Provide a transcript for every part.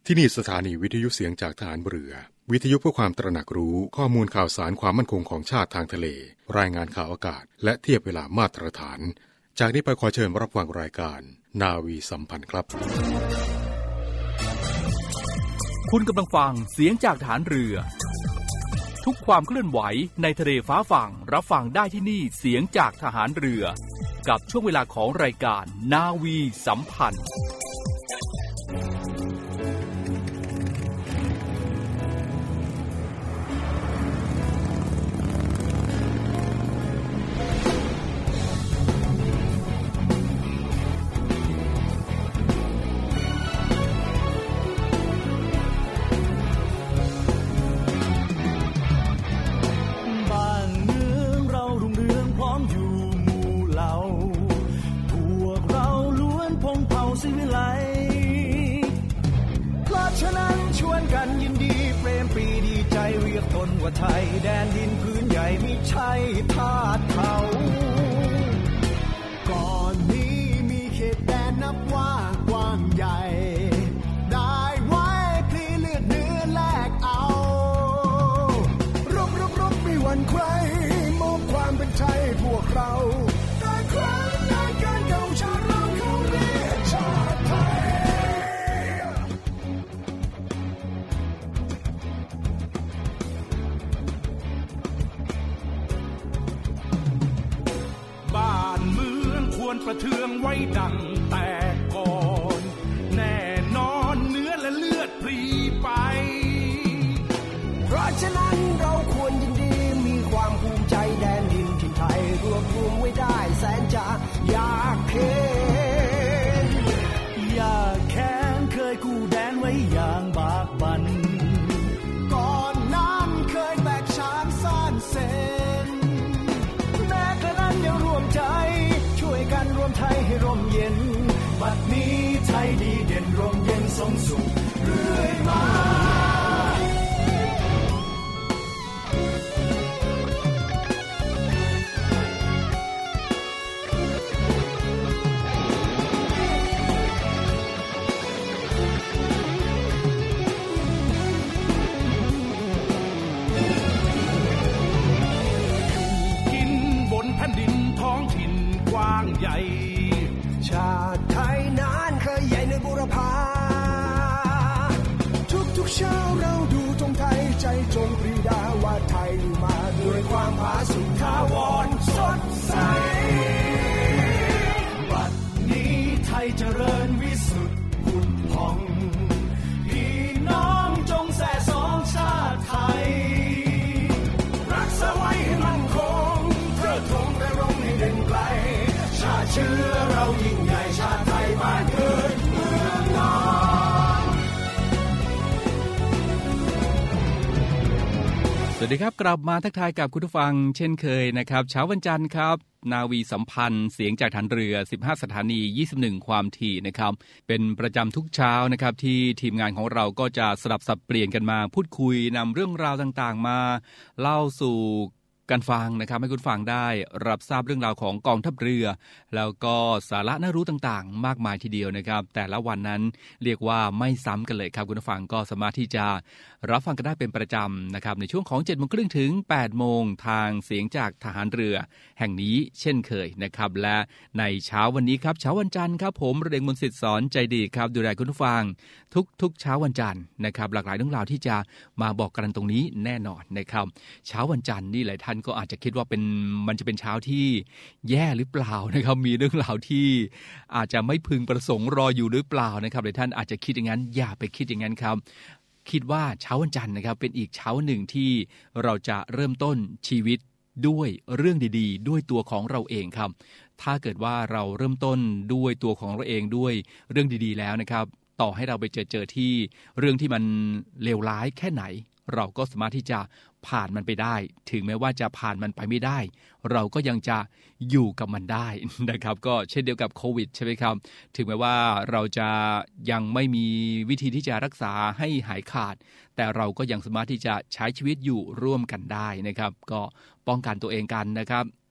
ที่นี่สถานีวิทยุเสียงจากทหารเรือวิทยุเพื่อความตระหนักรู้ข้อมูลข่าวสารความมั่นคงของชาติทางทะเลรายงานข่าวอากาศและเทียบเวลามาตรฐานจากนี้ไปขอเชิญรับฟังรายการนาวีสัมพันธ์ครับคุณกำลังฟังเสียงจากทหารเรือทุกความเคลื่อนไหวในทะเลฟ้าฝั่งรับฟังได้ที่นี่เสียงจากทหารเรือกับช่วงเวลาของรายการนาวีสัมพันธ์ไทยแดนดินพื้นใหญ่มิใช่ทาสเขาก่อนนี้มีเขตแดนนับว่ากว้างใหญ่ได้ไว้พลีเลือดเนื้อแลกเอารบไม่หวั่นใครมอบความเป็นไทยพวกเราแต่ครั้งนานการเก่าชาติเราเขาเรียกชาติไทยประเทืองไว้ดังแต่ก่อนแน่นอนเนื้อและเลือดพรีไปเพราะฉะนั้นเราควรยินดีมีความภูมิใจแดนดินถิ่นไทยรวบรวมไว้ได้แสนจะอยากเค้นอยากแค้นเคยกู้แดนไว้อย่างบากบั่นก่อนนั้นเคยแบกช้างซ่านเซนแม้กระนั้นยังรวมใจกันรวมไทยให้ร่มเย็นบัดนี้ไทยดีเด่นร่มเย็นทรงสุขเรื่อยมากินบนแผ่นดินท้องถิ่นกว้างใหญ่ชาติไทยนานเคยใหญ่ในบุรพาทุกเช้าเราดูธงไทยใจจงปรีดาว่าไทยมาด้วยความผาสุกทาวรสดใสบัดนี้ไทยเจริญวิสุทธิ์ผุดผ่องพี่น้องจงแส่สองชาติไทยรักษาไว้ให้มั่นคงเทิดธงและร่มให้เด่นไกลชาติเชื้อเรายิ่งใหญ่ชาติไทยบ้านเกิดเมืองนอนสวัสดีครับกลับมาทักทายกับคุณผู้ฟังเช่นเคยนะครับเช้าวันจันทร์ครับนาวีสัมพันธ์เสียงจากฐานเรือ15สถานี21ความถี่นะครับเป็นประจำทุกเช้านะครับที่ทีมงานของเราก็จะสลับสับเปลี่ยนกันมาพูดคุยนำเรื่องราวต่างๆมาเล่าสู่การฟังนะครับให้คุณฟังได้รับทราบเรื่องราวของกองทัพเรือแล้วก็สาระน่ารู้ต่างๆมากมายทีเดียวนะครับแต่ละวันนั้นเรียกว่าไม่ซ้ำกันเลยครับคุณผู้ฟังก็สามารถที่จะรับฟังกันได้เป็นประจำนะครับในช่วงของ 7:30 นถึง 8:00 นทางเสียงจากทหารเรือแห่งนี้เช่นเคยนะครับและในเช้าวันนี้ครับเช้าวันจันทร์ครับผมเรงมนต์สิทธิ์สอนใจดีครับดูแลคุณผู้ฟังทุกเช้าวันจันทร์นะครับหลากหลายเรื่องราวที่จะมาบอกกันตรงนี้แน่นอนนะครับเช้าวันจันทร์นี่หลายท่านก็อาจจะคิดว่ามันจะเป็นเช้าที่แย่หรือเปล่านะครับมีเรื่องราวที่อาจจะไม่พึงประสงค์รออยู่หรือเปล่านะครับหลายท่านอาจจะคิดอย่างนั้นอย่าไปคิดอย่างนั้นครับคิดว่าเช้าวันจันทร์นะครับเป็นอีกเช้าหนึ่งที่เราจะเริ่มต้นชีวิตด้วยเรื่องดีๆด้วยตัวของเราเองครับถ้าเกิดว่าเราเริ่มต้นด้วยตัวของเราเองด้วยเรื่องดีๆแล้วนะครับต่อให้เราไปเจอที่เรื่องที่มันเลวร้ายแค่ไหนเราก็สามารถที่จะผ่านมันไปได้ถึงแม้ว่าจะผ่านมันไปไม่ได้เราก็ยังจะอยู่กับมันได้นะครับก็เช่นเดียวกับโควิดใช่ไหมครับถึงแม้ว่าเราจะยังไม่มีวิธีที่จะรักษาให้หายขาดแต่เราก็ยังสามารถที่จะใช้ชีวิตอยู่ร่วมกันได้นะครับก็ป้องกันตัวเองกันนะครับ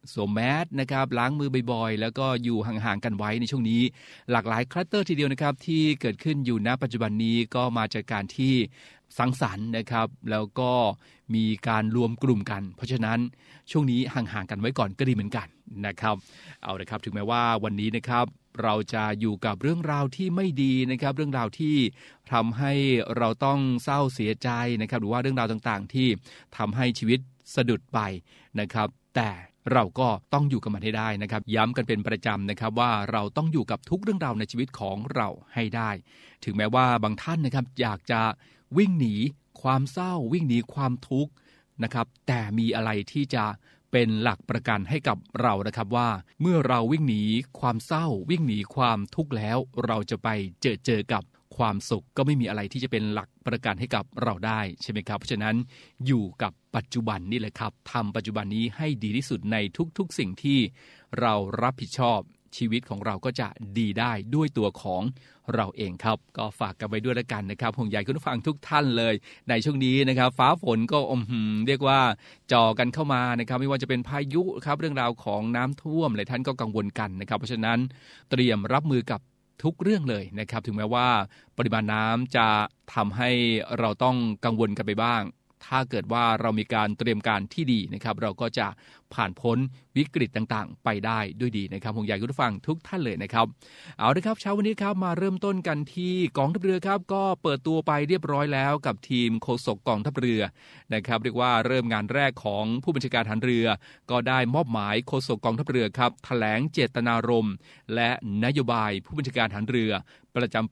สวมแมสนะครับล้างมือบ่อยๆแล้วก็อยู่ห่างๆกันไว้ในช่วงนี้หลากหลายคลัสเตอร์ทีเดียวนะครับที่เกิดขึ้นอยู่ณปัจจุบันนี้ก็มาจากการที่สังสรรค์นะครับแล้วก็มีการรวมกลุ่มกันเพราะฉะนั้นช่วงนี้ห่างๆกันไว้ก่อนก็ดีเหมือนกันนะครับเอาละครับถึงแม้ว่าวันนี้นะครับเราจะอยู่กับเรื่องราวที่ไม่ดีนะครับเรื่องราวที่ทำให้เราต้องเศร้าเสียใจนะครับหรือว่าเรื่องราวต่างๆที่ทำให้ชีวิตสะดุดไปนะครับแต่เราก็ต้องอยู่กับมันให้ได้นะครับย้ำกันเป็นประจำนะครับว่าเราต้องอยู่กับทุกเรื่องราวในชีวิตของเราให้ได้ถึงแม้ว่าบางท่านนะครับอยากจะวิ่งหนีความเศร้าวิ่งหนีความทุกข์นะครับแต่มีอะไรที่จะเป็นหลักประกันให้กับเรานะครับว่าเมื่อเราวิ่งหนีความเศร้าวิ่งหนีความทุกข์แล้วเราจะไปเจอกับความสุขก็ไม่มีอะไรที่จะเป็นหลักประกันให้กับเราได้ใช่ไหมครับเพราะฉะนั้นอยู่กับปัจจุบันนี่แหละครับทำปัจจุบันนี้ให้ดีที่สุดในทุกๆสิ่งที่เรารับผิดชอบชีวิตของเราก็จะดีได้ด้วยตัวของเราเองครับก็ฝากกันไว้ด้วยละกันนะครับห่วงใยคุณผู้ฟังทุกท่านเลยในช่วงนี้นะครับฟ้าฝนก็เรียกว่าจ่อกันเข้ามานะครับไม่ว่าจะเป็นพายุครับเรื่องราวของน้ำท่วมหลายท่านก็กังวลกันนะครับเพราะฉะนั้นเตรียมรับมือกับทุกเรื่องเลยนะครับถึงแม้ว่าปริมาณน้ำจะทำให้เราต้องกังวลกันไปบ้างถ้าเกิดว่าเรามีการเตรียมการที่ดีนะครับเราก็จะผ่านพ้นวิกฤตต่างๆไปได้ด้วยดีนะครับห่วงใยคุณผู้ฟังทุกท่านเลยนะครับเอาละครับเช้าวันนี้ครับมาเริ่มต้นกันที่กองทัพเรือครับก็เปิดตัวไปเรียบร้อยแล้วกับทีมโฆษกกองทัพเรือนะครับเรียกว่าเริ่มงานแรกของผู้บัญชาการทหารเรือก็ได้มอบหมายโฆษกกองทัพเรือครับแถลงเจตนารมณ์และนโยบายผู้บัญชาการทหารเรือประจำปี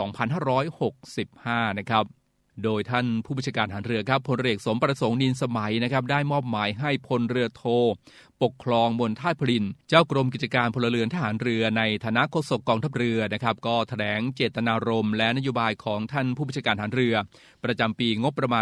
2565 นะครับโดยท่านผู้บัญชาการทหารเรือครับพลเรือสมประสงค์นินสมัยนะครับได้มอบหมายให้พลเรือโทปกครองมณฑาตุพลินเจ้ากรมกิจการพลเรือนทหารเรือในฐานะโฆษกกองทัพเรือนะครับก็แถลงเจตนารมณ์และนโยบายของท่านผู้บัญชาการทหารเรือประจำปีงบประมาณ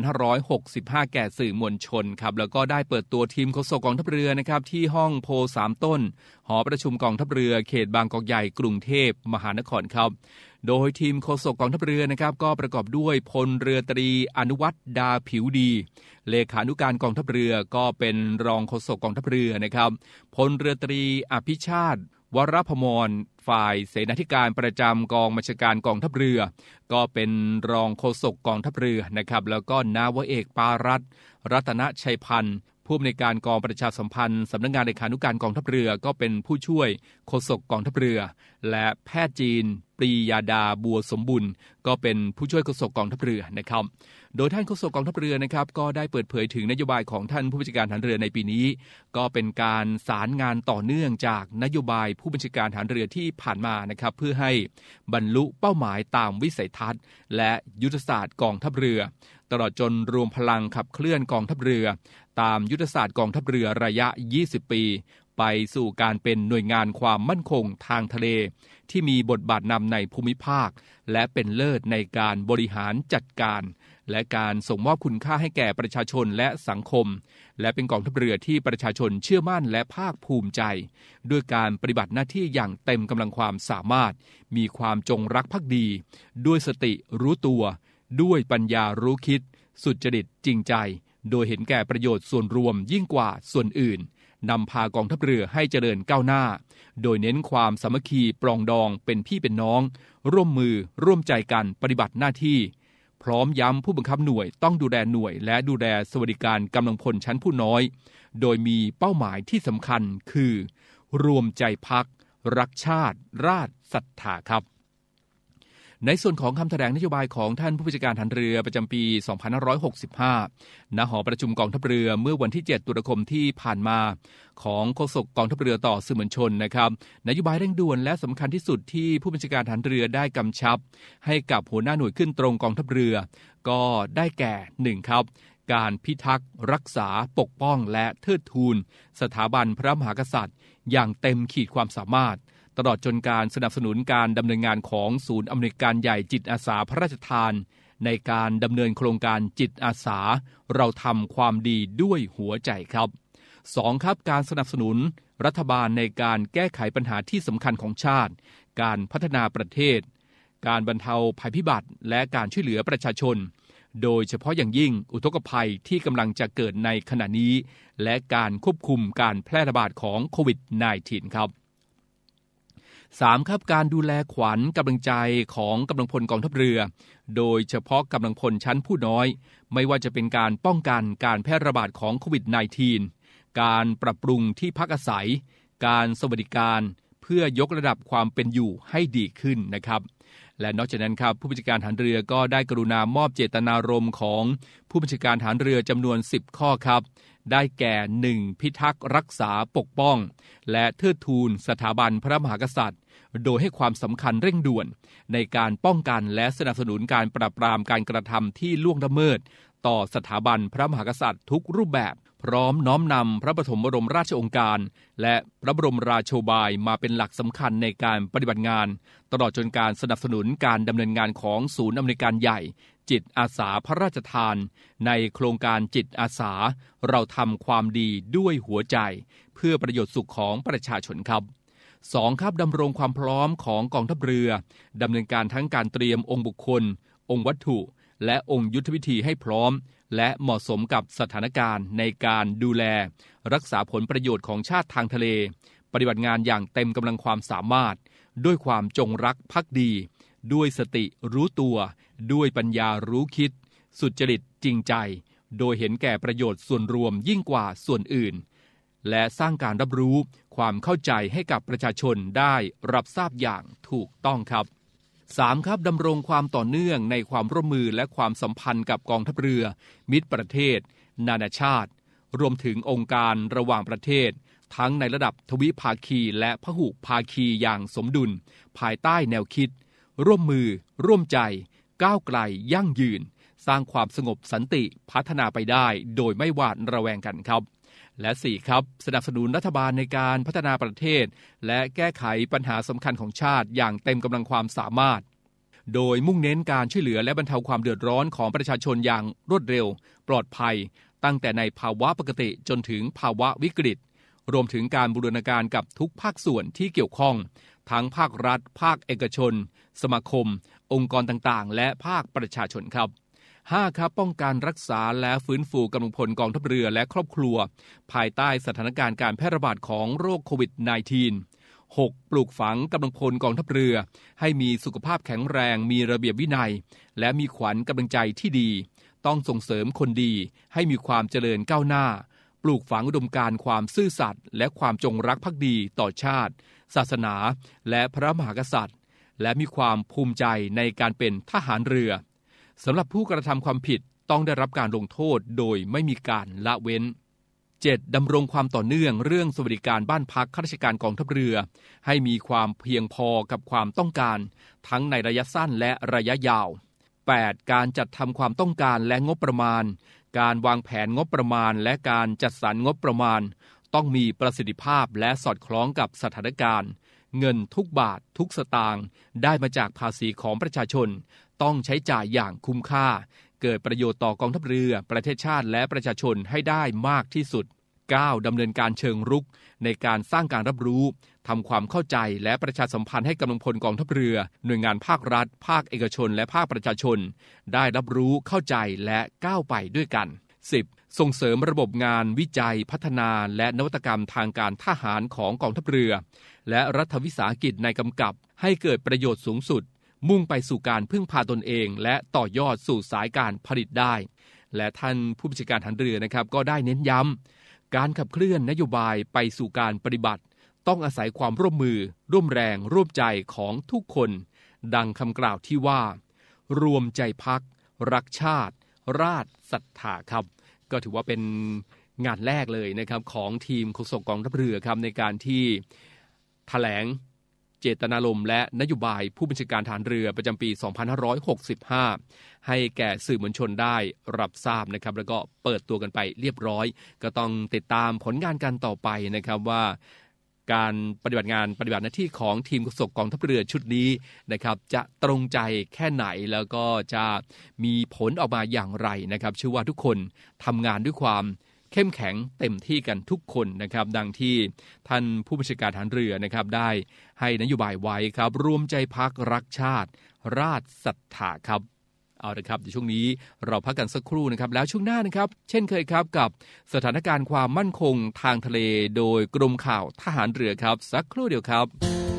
2565 แก่สื่อมวลชนครับแล้วก็ได้เปิดตัวทีมโฆษกกองทัพเรือนะครับที่ห้องโพ3ต้นหอประชุมกองทัพเรือเขตบางกอกใหญ่กรุงเทพมหานครครับโดยทีมโฆษกกองทัพเรือนะครับก็ประกอบด้วยพลเรือตรีอนุวัฒน์ดาผิวดีเลขานุการกองทัพเรือก็เป็นรองโฆษกกองทัพเรือนะครับพลเรือตรีอภิชาติวรพมรฝ่ายเสนาธิการประจำกองบัญชาการกองทัพเรือก็เป็นรองโฆษกกองทัพเรือนะครับแล้วก็นาวาเอกปารัตนชัยพันธ์ผู้อำนวยการกองประชาสัมพันธ์สำนักงานเลขานุการกองทัพเรือก็เป็นผู้ช่วยโฆษกกองทัพเรือและแพทย์จีนปรียาดาบัวสมบุญก็เป็นผู้ช่วยโฆษกกองทัพเรือนะครับโดยท่านโฆษกกองทัพเรือนะครับก็ได้เปิดเผยถึงนโยบายของท่านผู้บัญชาการทหารเรือในปีนี้ก็เป็นการสารงานต่อเนื่องจากนโยบายผู้บัญชาการทหารเรือที่ผ่านมานะครับเพื่อให้บรรลุเป้าหมายตามวิสัยทัศน์และยุทธศาสตร์กองทัพเรือตลอดจนรวมพลังขับเคลื่อนกองทัพเรือตามยุทธศาสตร์กองทัพเรือระยะ 20 ปีไปสู่การเป็นหน่วยงานความมั่นคงทางทะเลที่มีบทบาทนำในภูมิภาคและเป็นเลิศในการบริหารจัดการและการส่งมอบคุณค่าให้แก่ประชาชนและสังคมและเป็นกองทัพเรือที่ประชาชนเชื่อมั่นและภาคภูมิใจด้วยการปฏิบัติหน้าที่อย่างเต็มกำลังความสามารถมีความจงรักภักดีด้วยสติรู้ตัวด้วยปัญญารู้คิดสุจริตจริงใจโดยเห็นแก่ประโยชน์ส่วนรวมยิ่งกว่าส่วนอื่นนำพากองทัพเรือให้เจริญก้าวหน้าโดยเน้นความสามัคคีปรองดองเป็นพี่เป็นน้องร่วมมือร่วมใจกันปฏิบัติหน้าที่พร้อมย้ำผู้บังคับหน่วยต้องดูแลหน่วยและดูแลสวัสดิการกำลังพลชั้นผู้น้อยโดยมีเป้าหมายที่สำคัญคือรวมใจพักรักชาติราชศรัทธาครับในส่วนของคำแถลงนโยบายของท่านผู้บัญชาการทหารเรือประจำปี 2565 ณ หอประชุมกองทัพเรือเมื่อวันที่ 7 ตุลาคมที่ผ่านมาของโฆษกกองทัพเรือต่อสื่อมวลชนนะครับนโยบายเร่งด่วนและสำคัญที่สุดที่ผู้บัญชาการทหารเรือได้กำชับให้กับหัวหน้าหน่วยขึ้นตรงกองทัพเรือก็ได้แก่ 1 ครับการพิทักษ์รักษาปกป้องและเทิดทูนสถาบันพระมหากษัตริย์อย่างเต็มขีดความสามารถตลอดจนการสนับสนุนการดำเนินงานของศูนย์อำนวยการใหญ่จิตอาสาพระราชทานในการดำเนินโครงการจิตอาสาเราทำความดีด้วยหัวใจครับ 2. ครับการสนับสนุนรัฐบาลในการแก้ไขปัญหาที่สำคัญของชาติการพัฒนาประเทศการบรรเทาภัยพิบัติและการช่วยเหลือประชาชนโดยเฉพาะอย่างยิ่งอุทกภัยที่กำลังจะเกิดในขณะนี้และการควบคุมการแพร่ระบาดของโควิด -19 ครับ 3. ครับการดูแลขวัญกำลังใจของกำลังพลกองทัพเรือโดยเฉพาะกำลังพลชั้นผู้น้อยไม่ว่าจะเป็นการป้องกันการแพร่ระบาดของโควิด -19 การปรับปรุงที่พักอาศัยการสวัสดิการเพื่อยกระดับความเป็นอยู่ให้ดีขึ้นนะครับและนอกจากนั้นครับผู้บัญชาการทหารเรือก็ได้กรุณามอบเจตนารมณ์ของผู้บัญชาการทหารเรือจำนวน10ข้อครับได้แก่ 1. พิทักษ์รักษาปกป้องและเทิดทูนสถาบันพระมหากษัตริย์โดยให้ความสำคัญเร่งด่วนในการป้องกันและสนับสนุนการปราบปรามการกระทำที่ล่วงละเมิดต่อสถาบันพระมหากษัตริย์ทุกรูปแบบพร้อมน้อมนำพระปฐมบรมราชโองการและพระบรมราโชบายมาเป็นหลักสำคัญในการปฏิบัติงานตลอดจนการสนับสนุนการดำเนินงานของศูนย์อำนวยการใหญ่จิตอาสาพระราชทานในโครงการจิตอาสาเราทำความดีด้วยหัวใจเพื่อประโยชน์สุขของประชาชนครับ 2. ครับดำรงความพร้อมของกองทัพเรือดำเนินการทั้งการเตรียมองค์บุคคลองค์วัตถุและองค์ยุทธวิธีให้พร้อมและเหมาะสมกับสถานการณ์ในการดูแลรักษาผลประโยชน์ของชาติทางทะเลปฏิบัติงานอย่างเต็มกำลังความสามารถด้วยความจงรักภักดีด้วยสติรู้ตัวด้วยปัญญารู้คิดสุจริตจริงใจโดยเห็นแก่ประโยชน์ส่วนรวมยิ่งกว่าส่วนอื่นและสร้างการรับรู้ความเข้าใจให้กับประชาชนได้รับทราบอย่างถูกต้องครับ 3. ครับดำรงความต่อเนื่องในความร่วมมือและความสัมพันธ์กับกองทัพเรือมิตรประเทศนานาชาติรวมถึงองค์การระหว่างประเทศทั้งในระดับทวิภาคีและพหุภาคีอย่างสมดุลภายใต้แนวคิดร่วมมือร่วมใจก้าวไกลยั่งยืนสร้างความสงบสันติพัฒนาไปได้โดยไม่หวาดระแวงกันครับและ 4. ครับสนับสนุนรัฐบาลในการพัฒนาประเทศและแก้ไขปัญหาสำคัญของชาติอย่างเต็มกำลังความสามารถโดยมุ่งเน้นการช่วยเหลือและบรรเทาความเดือดร้อนของประชาชนอย่างรวดเร็วปลอดภัยตั้งแต่ในภาวะปกติจนถึงภาวะวิกฤตรวมถึงการบูรณาการกับทุกภาคส่วนที่เกี่ยวข้องทั้งภาครัฐภาคเอกชนสมาคมองค์กรต่างๆและภาคประชาชนครับ 5. ครับป้องกันรักษาและฟื้นฟูกำลังพลกองทัพเรือและครอบครัวภายใต้สถานการณ์การแพร่ระบาดของโรคโควิด -19 6. ปลูกฝังกำลังพลกองทัพเรือให้มีสุขภาพแข็งแรงมีระเบียบวินัยและมีขวัญกำลังใจที่ดีต้องส่งเสริมคนดีให้มีความเจริญก้าวหน้าปลูกฝังอุดมการณ์ความซื่อสัตย์และความจงรักภักดีต่อชาติศาสนาและพระมหากษัตริย์และมีความภูมิใจในการเป็นทหารเรือสำหรับผู้กระทำความผิดต้องได้รับการลงโทษโดยไม่มีการละเว้น 7. ดำรงความต่อเนื่องเรื่องสวัสดิการบ้านพักข้าราชการกองทัพเรือให้มีความเพียงพอกับความต้องการทั้งในระยะสั้นและระยะยาว 8. การจัดทำความต้องการและงบประมาณการวางแผนงบประมาณและการจัดสรรงบประมาณต้องมีประสิทธิภาพและสอดคล้องกับสถานการณ์เงินทุกบาททุกสตางค์ได้มาจากภาษีของประชาชนต้องใช้จ่ายอย่างคุ้มค่าเกิดประโยชน์ต่อกองทัพเรือประเทศชาติและประชาชนให้ได้มากที่สุด 9. ดำเนินการเชิงรุกในการสร้างการรับรู้ทำความเข้าใจและประชาสัมพันธ์ให้กำลังพลกองทัพเรือหน่วยงานภาครัฐภาคเอกชนและภาคประชาชนได้รับรู้เข้าใจและก้าวไปด้วยกัน 10. ส่งเสริมระบบงานวิจัยพัฒนาและนวัตกรรมทางการทหารของกองทัพเรือและรัฐวิสาหกิจในกำกับให้เกิดประโยชน์สูงสุดมุ่งไปสู่การพึ่งพาตนเองและต่อยอดสู่สายการผลิตได้และท่านผู้บัญชาการทหารเรือนะครับก็ได้เน้นย้ำการขับเคลื่อนนโยบายไปสู่การปฏิบัติต้องอาศัยความร่วมมือร่วมแรงร่วมใจของทุกคนดังคำกล่าวที่ว่ารวมใจพักรักชาติราชศรัทธาครับก็ถือว่าเป็นงานแรกเลยนะครับของทีมโฆษกกองทัพเรือครับในการที่แถลงเจตนารมณ์และนโยบายผู้บัญชาการทหารเรือประจำปี 2565 ให้แก่สื่อมวลชนได้รับทราบนะครับแล้วก็เปิดตัวกันไปเรียบร้อยก็ต้องติดตามผลงานกันต่อไปนะครับว่าการปฏิบัติหน้าที่ของทีมโฆษกกองทัพเรือชุดนี้นะครับจะตรงใจแค่ไหนแล้วก็จะมีผลออกมาอย่างไรนะครับเชื่อว่าทุกคนทำงานด้วยความเข้มแข็งเต็มที่กันทุกคนนะครับดังที่ท่านผู้บัญชาการทหารเรือนะครับได้ให้นโยบายไว้ครับรวมใจพักรักชาติราชศรัทธาครับเอาละครับเดี๋ยวช่วงนี้เราพักกันสักครู่นะครับแล้วช่วงหน้านะครับเช่นเคยครับกับสถานการณ์ความมั่นคงทางทะเลโดยกรมข่าวทหารเรือครับสักครู่เดียวครับ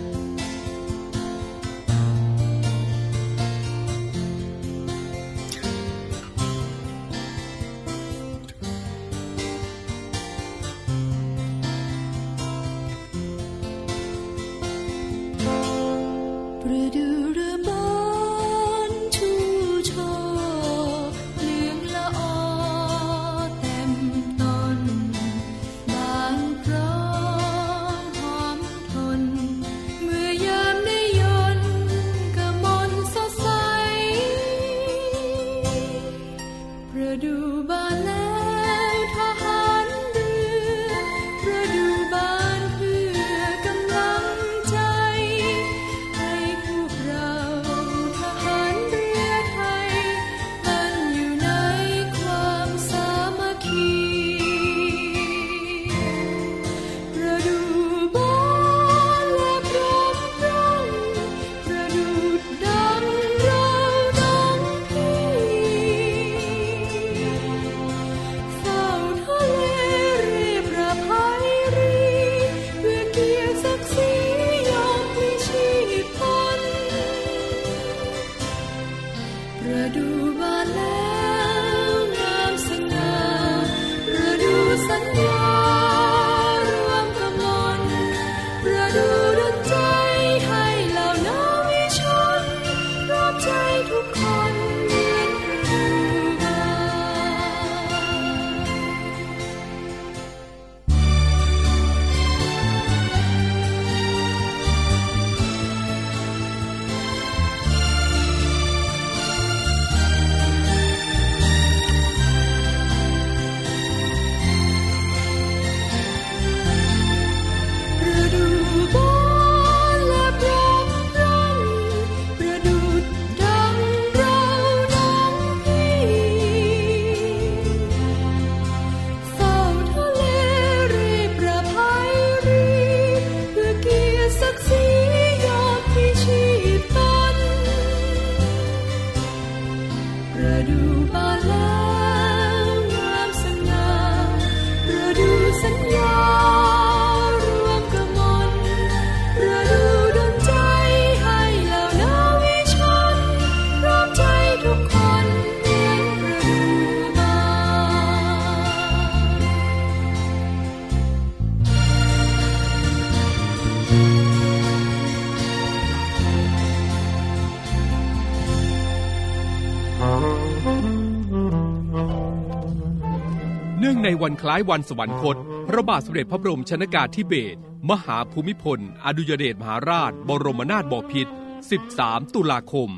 ในวันคล้ายวันสวรรคตพระบาทสมเด็จพระบรมชนกาธิเบศรมหาภูมิพลอดุลยเดชมหาราชบรมนาถบพิตร13 ตุลาคม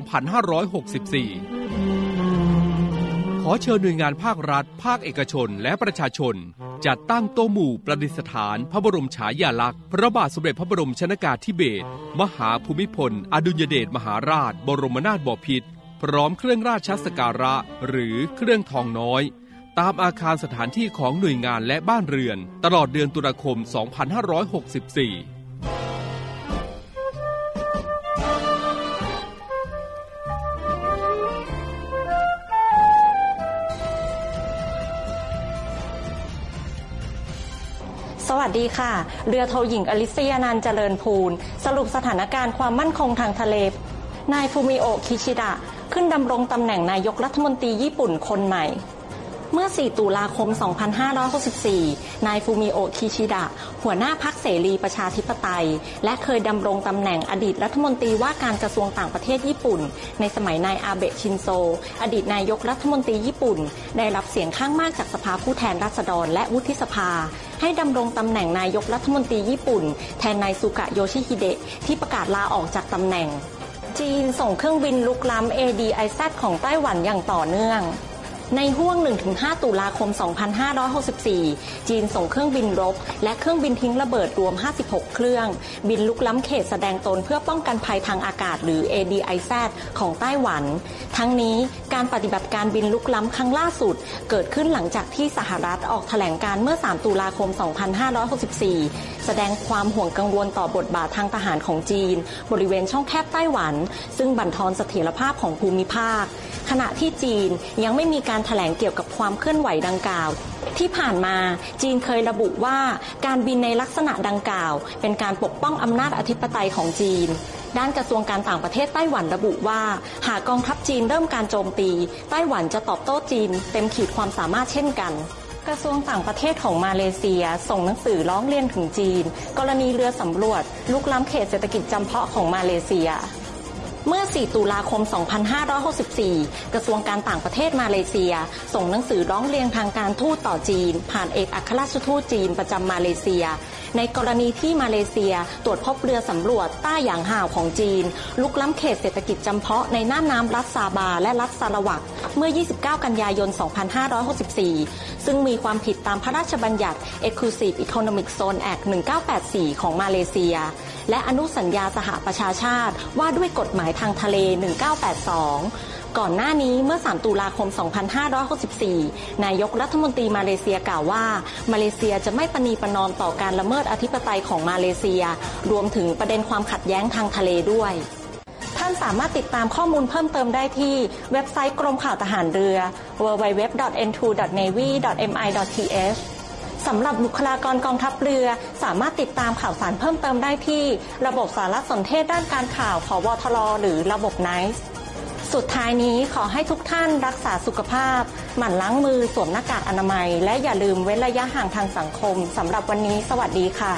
2564 ขอเชิญหน่วยงานภาครัฐภาคเอกชนและประชาชนจัดตั้งโต๊ะหมู่ประดิษฐานพระบรมฉายาลักษณ์พระบาทสมเด็จพระบรมชนกาธิเบศรมหาภูมิพลอดุลยเดชมหาราชบรมนาถบพิตรพร้อมเครื่องราชสักการะหรือเครื่องทองน้อยตามอาคารสถานที่ของหน่วยงานและบ้านเรือนตลอดเดือนตุลาคม 2564 สวัสดีค่ะเรือโทหญิงอลิเซียนันท์เจริญภูลสรุปสถานการณ์ความมั่นคงทางทะเลนายฟูมิโอะคิชิดะขึ้นดำรงตำแหน่งนายกรัฐมนตรีญี่ปุ่นคนใหม่เมื่อ 4 ตุลาคม 2564 นายฟูมิโอะคิชิดะหัวหน้าพรรคเสรีประชาธิปไตยและเคยดำรงตำแหน่งอดีตรัฐมนตรีว่าการกระทรวงต่างประเทศญี่ปุ่นในสมัยนายอาเบะชินโซอดีตนายกรัฐมนตรีญี่ปุ่นได้รับเสียงข้างมากจากสภาผู้แทนราษฎรและวุฒิสภาให้ดำรงตำแหน่งนายกรัฐมนตรีญี่ปุ่นแทนนายซูกะโยชิฮิเดะที่ประกาศลาออกจากตำแหน่งจีนส่งเครื่องบินลุกล้ำ ADIZ ของไต้หวันอย่างต่อเนื่องในห้วง 1-5 ตุลาคม 2564 จีนส่งเครื่องบินรบและเครื่องบินทิ้งระเบิดรวม 56 เครื่องบินลุกล้ำเขตแสดงตนเพื่อป้องกันภัยทางอากาศหรือ ADIZ ของไต้หวันทั้งนี้การปฏิบัติการบินลุกล้ำครั้งล่าสุดเกิดขึ้นหลังจากที่สหรัฐออกแถลงการเมื่อ 3 ตุลาคม 2564 แสดงความห่วงกังวลต่อบทบาททางทหารของจีนบริเวณช่องแคบไต้หวันซึ่งบั่นทอนเสถียรภาพของภูมิภาคขณะที่จีนยังไม่มีการแถลงเกี่ยวกับความเคลื่อนไหวดังกล่าวที่ผ่านมาจีนเคยระบุว่าการบินในลักษณะดังกล่าวเป็นการปกป้องอำนาจอธิปไตยของจีนด้านกระทรวงการต่างประเทศไต้หวันระบุว่าหากกองทัพจีนเริ่มการโจมตีไต้หวันจะตอบโต้จีนเต็มขีดความสามารถเช่นกันกระทรวงต่างประเทศของมาเลเซียส่งหนังสือร้องเรียนถึงจีนกรณีเรือสำรวจลุกล้ำเขตเศรษฐกิจจำเพาะของมาเลเซียเมื่อ 4 ตุลาคม 2564 กระทรวงการต่างประเทศมาเลเซียส่งหนังสือร้องเรียนทางการทูตต่อจีนผ่านเอกอัครราชทูตจีนประจำมาเลเซียในกรณีที่มาเลเซียตรวจพบเรือสำรวจต้าหยางห่าวของจีนลุกล้ำเขตเศรษฐกิจจำเพาะในน่านน้ำรัฐซาบาและรัฐซาราวักเมื่อ 29 กันยายน 2564 ซึ่งมีความผิดตามพระราชบัญญัติ Exclusive Economic Zone Act 1984 ของมาเลเซียและอนุสัญญาสหประชาชาติว่าด้วยกฎหมายทางทะเล 1982 ก่อนหน้านี้เมื่อ 3 ตุลาคม 2564 นายกรัฐมนตรีมาเลเซียกล่าวว่ามาเลเซียจะไม่ประนีประนอมต่อการละเมิดอธิปไตยของมาเลเซียรวมถึงประเด็นความขัดแย้งทางทะเลด้วยท่านสามารถติดตามข้อมูลเพิ่มเติมได้ที่เว็บไซต์กรมข่าวทหารเรือ www.n2.navy.mi.th สำหรับบุคลากรกองทัพเรือสามารถติดตามข่าวสารเพิ่มเติมได้ที่ระบบสารสนเทศด้านการข่าวผวทรหรือระบบ NICE สุดท้ายนี้ขอให้ทุกท่านรักษาสุขภาพหมั่นล้างมือสวมหน้ากากอนามัยและอย่าลืมเว้นระยะห่างทางสังคมสำหรับวันนี้สวัสดีค่ะ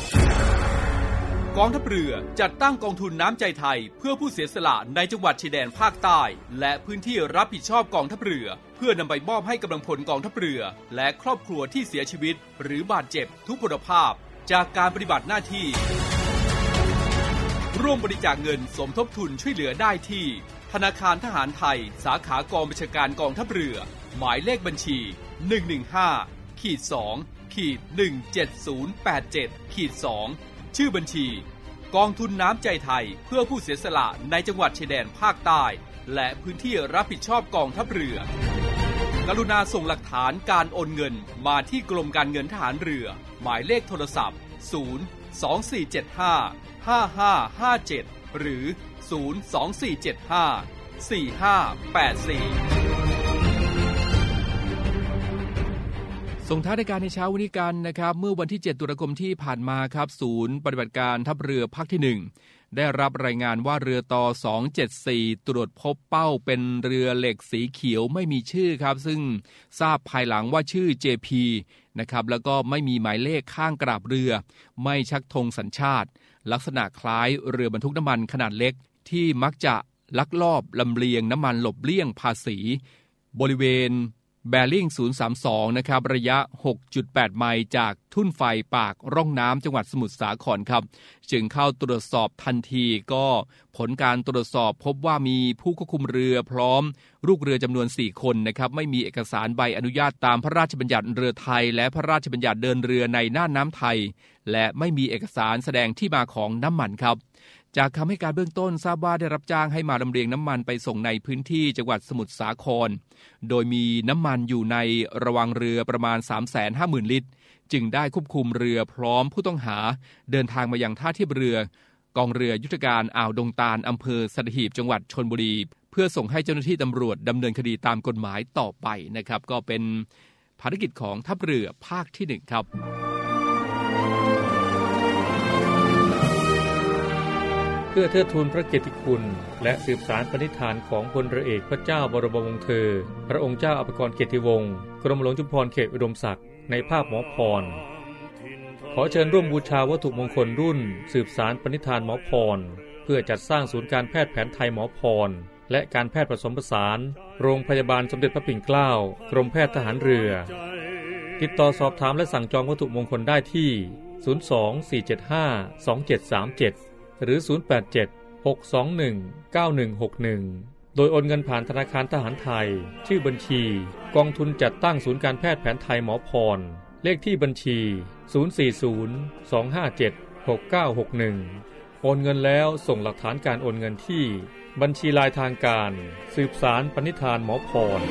กองทัพเรือจัดตั้งกองทุนน้ำใจไทยเพื่อผู้เสียสละในจังหวัดชายแดนภาคใต้และพื้นที่รับผิดชอบกองทัพเรือเพื่อนำไปมอบให้กำลังพลกองทัพเรือและครอบครัวที่เสียชีวิตหรือบาดเจ็บทุกพลภาพจากการปฏิบัติหน้าที่ร่วมบริจาคเงินสมทบทุนช่วยเหลือได้ที่ธนาคารทหารไทยสาขากองบัญชาการกองทัพเรือหมายเลขบัญชี 115-2-17087-2ชื่อบัญชีกองทุนน้ำใจไทยเพื่อผู้เสียสละในจังหวัดชายแดนภาคใต้และพื้นที่รับผิดชอบกองทัพเรือกรุณาส่งหลักฐานการโอนเงินมาที่กรมการเงินทหารเรือหมายเลขโทรศัพท์024755557หรือ024754584ส่งท้ายรายการในเช้าวันนี้กันนะครับเมื่อวันที่7ตุลาคมที่ผ่านมาครับศูนย์ปฏิบัติการทัพเรือภาคที่1ได้รับรายงานว่าเรือต่อ274ตรวจพบเป้าเป็นเรือเหล็กสีเขียวไม่มีชื่อครับซึ่งทราบภายหลังว่าชื่อ JP นะครับแล้วก็ไม่มีหมายเลขข้างกราบเรือไม่ชักธงสัญชาติลักษณะคล้ายเรือบรรทุกน้ำมันขนาดเล็กที่มักจะลักลอบลำเลียงน้ำมันหลบเลี่ยงภาษีบริเวณแบริ่ง032นะครับระยะ 6.8 ไมล์จากทุ่นไฟปากร่องน้ำจังหวัดสมุทรสาครครับจึงเข้าตรวจสอบทันทีก็ผลการตรวจสอบพบว่ามีผู้ควบคุมเรือพร้อมลูกเรือจำนวน4คนนะครับไม่มีเอกสารใบอนุญาตตามพระราชบัญญัติเรือไทยและพระราชบัญญัติเดินเรือในน่านน้ำไทยและไม่มีเอกสารแสดงที่มาของน้ำมันครับจากคำให้การเบื้องต้นทราบว่าได้รับจ้างให้มาลำเลียงน้ำมันไปส่งในพื้นที่จังหวัดสมุทรสาครโดยมีน้ำมันอยู่ในระวังเรือประมาณ 350,000 ลิตรจึงได้ควบคุมเรือพร้อมผู้ต้องหาเดินทางมายังท่าเทียบเรือกองเรือยุทธการอ่าวดงตาลอำเภอสัตหีบจังหวัดชลบุรีเพื่อส่งให้เจ้าหน้าที่ตำรวจดำเนินคดีตามกฎหมายต่อไปนะครับก็เป็นภารกิจของทัพเรือภาคที่1ครับเพื่อเทิดทูนพระเกียรติคุณและสืบสานปณิธานของพลเรือเอกพระเจ้าบรมวงศ์เธอพระองค์เจ้าอภากรเกียรติวงศ์กรมหลวงชุมพรเขตอุดมศักดิ์ในภาพหมอพรขอเชิญร่วมบูชาวัตถุมงคลรุ่นสืบสานปณิธานหมอพรเพื่อจัดสร้างศูนย์การแพทย์แผนไทยหมอพรและการแพทย์ผสมผสานโรงพยาบาลสมเด็จพระปิ่นเกล้ากรมแพทย์ทหารเรือติดต่อสอบถามและสั่งจองวัตถุมงคลได้ที่024752737หรือ087-621-9161โดยโอนเงินผ่านธนาคารทหารไทยชื่อบัญชีกองทุนจัดตั้งศูนย์การแพทย์แผนไทยหมอพรเลขที่บัญชี040-257-6961โอนเงินแล้วส่งหลักฐานการโอนเงินที่บัญชีลายทางการสืบสานปณิธานหมอพร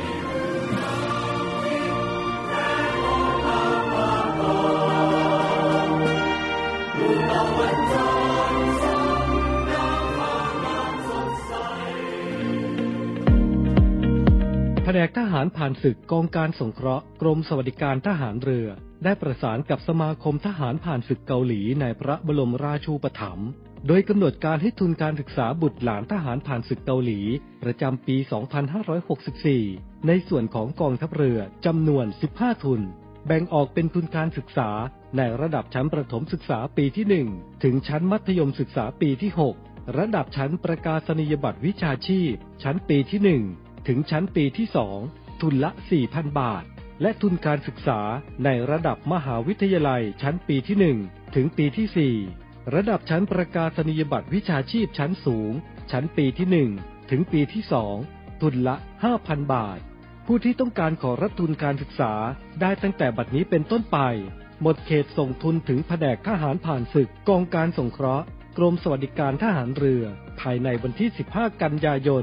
ผนกทหารผ่านศึกกองการสงเคราะห์กรมสวัสดิการทหารเรือได้ประสานกับสมาคมทหารผ่านศึกเกาหลีในพระบรมราชูปถัมภ์โดยกำหนดการให้ทุนการศึกษาบุตรหลานทหารผ่านศึกเกาหลีประจำปี 2564 ในส่วนของกองทัพเรือจำนวน 15 ทุนแบ่งออกเป็นทุนการศึกษาในระดับชั้นประถมศึกษาปีที่ 1 ถึงชั้นมัธยมศึกษาปีที่ 6 ระดับชั้นประกาศนียบัตรวิชาชีพชั้นปีที่ 1 ถึงชั้นปีที่ 2 ทุนละ 4,000 บาทและทุนการศึกษาในระดับมหาวิทยาลัยชั้นปีที่ 1 ถึงปีที่ 4 ระดับชั้นประกาศนียบัตรวิชาชีพชั้นสูงชั้นปีที่ 1 ถึงปีที่ 2 ทุนละ 5,000 บาทผู้ที่ต้องการขอรับทุนการศึกษาได้ตั้งแต่บัดนี้เป็นต้นไปหมดเขตส่งทุนถึงแผนกทหารผ่านศึกกองการสงเคราะห์กรมสวัสดิการทหารเรือภายในวันที่ 15 กันยายน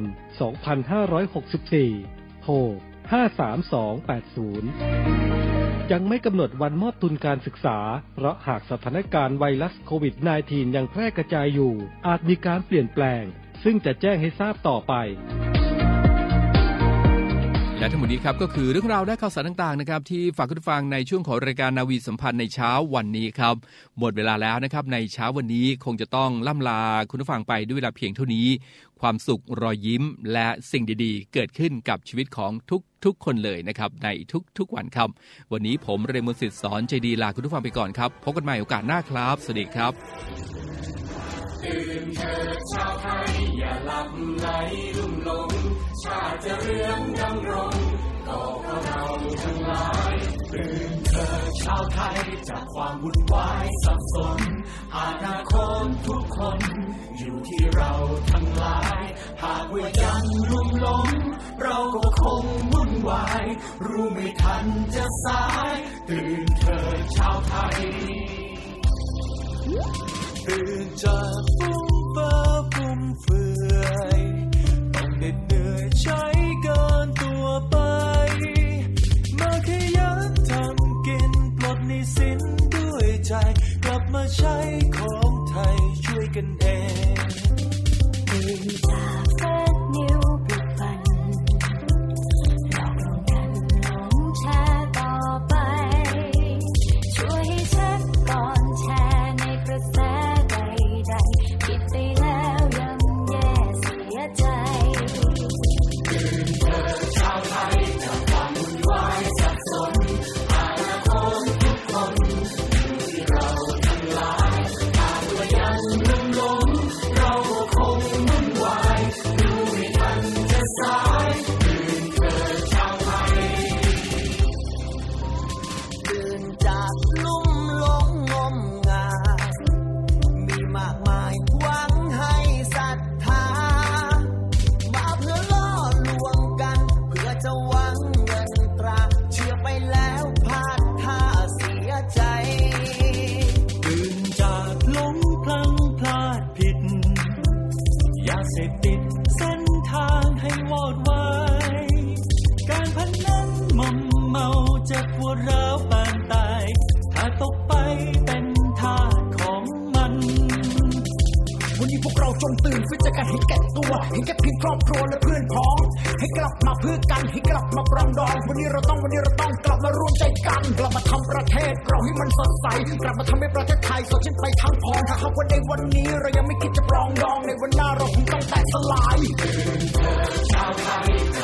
2564 โทร 53280 ยังไม่กำหนดวันมอบทุนการศึกษาเพราะหากสถานการณ์ไวรัสโควิด -19 ยังแพร่กระจายอยู่อาจมีการเปลี่ยนแปลงซึ่งจะแจ้งให้ทราบต่อไปและทั้งหมดนี้ครับก็คือเรื่องราวและข่าวสารต่างๆนะครับที่ฝากคุณผู้ฟังในช่วงของรายการนาวีสัมพันธ์ในเช้าวันนี้ครับหมดเวลาแล้วนะครับในเช้าวันนี้คงจะต้องล่ำลาคุณผู้ฟังไปด้วยเวลาเพียงเท่านี้ความสุขรอยยิ้มและสิ่งดีๆเกิดขึ้นกับชีวิตของทุกคนเลยนะครับในทุกวันครับวันนี้ผมเรมอนสิทธิ์สอนใจดีลาคุณผู้ฟังไปก่อนครับพบกันใหม่โอกาสหน้าครับสวัสดีครับตื่นเถิดชาวไทยอย่าหลับไหลลุ่มหลงชาติจะเรืองดำรงต่อพวกเราทั้งหลายตื่นเถิดชาวไทยจากความวุ่นวายสับสนอนาคตทุกคนอยู่ที่เราทั้งหลายหากว่ายังลุ่มหลงเราก็คงวุ่นวายรู้ไม่ทันจะสายตื่นเถิดชาวไทยตื่นจากฟุ้งเฟ้อฟุ่มเฟือยต้องเหน็ดเหนื่อยใช้เกินตัวไปมาขยันทำกินปลดหนี้สินด้วยใจกลับมาใช้ของไทยช่วยกันเองตื่นจากเฟซนิวส์ปิดบังหลอกลวงกันหลงแชร์ต่อไปช่วยให้เช็คก่อนแชร์ในกระแสคิดไปแล้วยังแย่เสียใจตื่นเถิดชาวไทยจากความวุ่นวายสับสนอนาคตทุกคนอยู่ที่เราทั้งหลายหากว่ายังลุ่มหลงเราก็คงวุ่นวายรู้ไม่ทันจะสายตื่นเถิดชาวไทยตื่นจากลุ่มหลงงมงายมีมากมายหวังให้ศรัทธามาเพื่อล่อลวงกันเพื่อจะหวังเงินตราเชื่อไปแล้วพลาดท่าเสียใจตื่นจากหลงพลังพลาดผิดยาเสพติดเส้นทางให้วอดวายการพนันมอมเมาจะปวดร้าวปานตายถ้าตกไปเป็นทาสของมันวันนี้พวกเราจงตื่นฟื้นจากการเห็นแก่ตัวเห็นแก่เพียงครอบครัวและเพื่อนพ้องให้กลับมาเพื่อกันให้กลับมาปรองดองวันนี้เราต้องกลับมารวมใจกันกลับมาทำประเทศเราให้มันสดใสกลับมาทำให้ประเทศไทยสดชื่นไปทั้งพองถ้าหากว่าในวันนี้เรายังไม่คิดจะปรองดองในวันหน้าเราคงต้องแตกสลายตื่นเถิดชาวไทย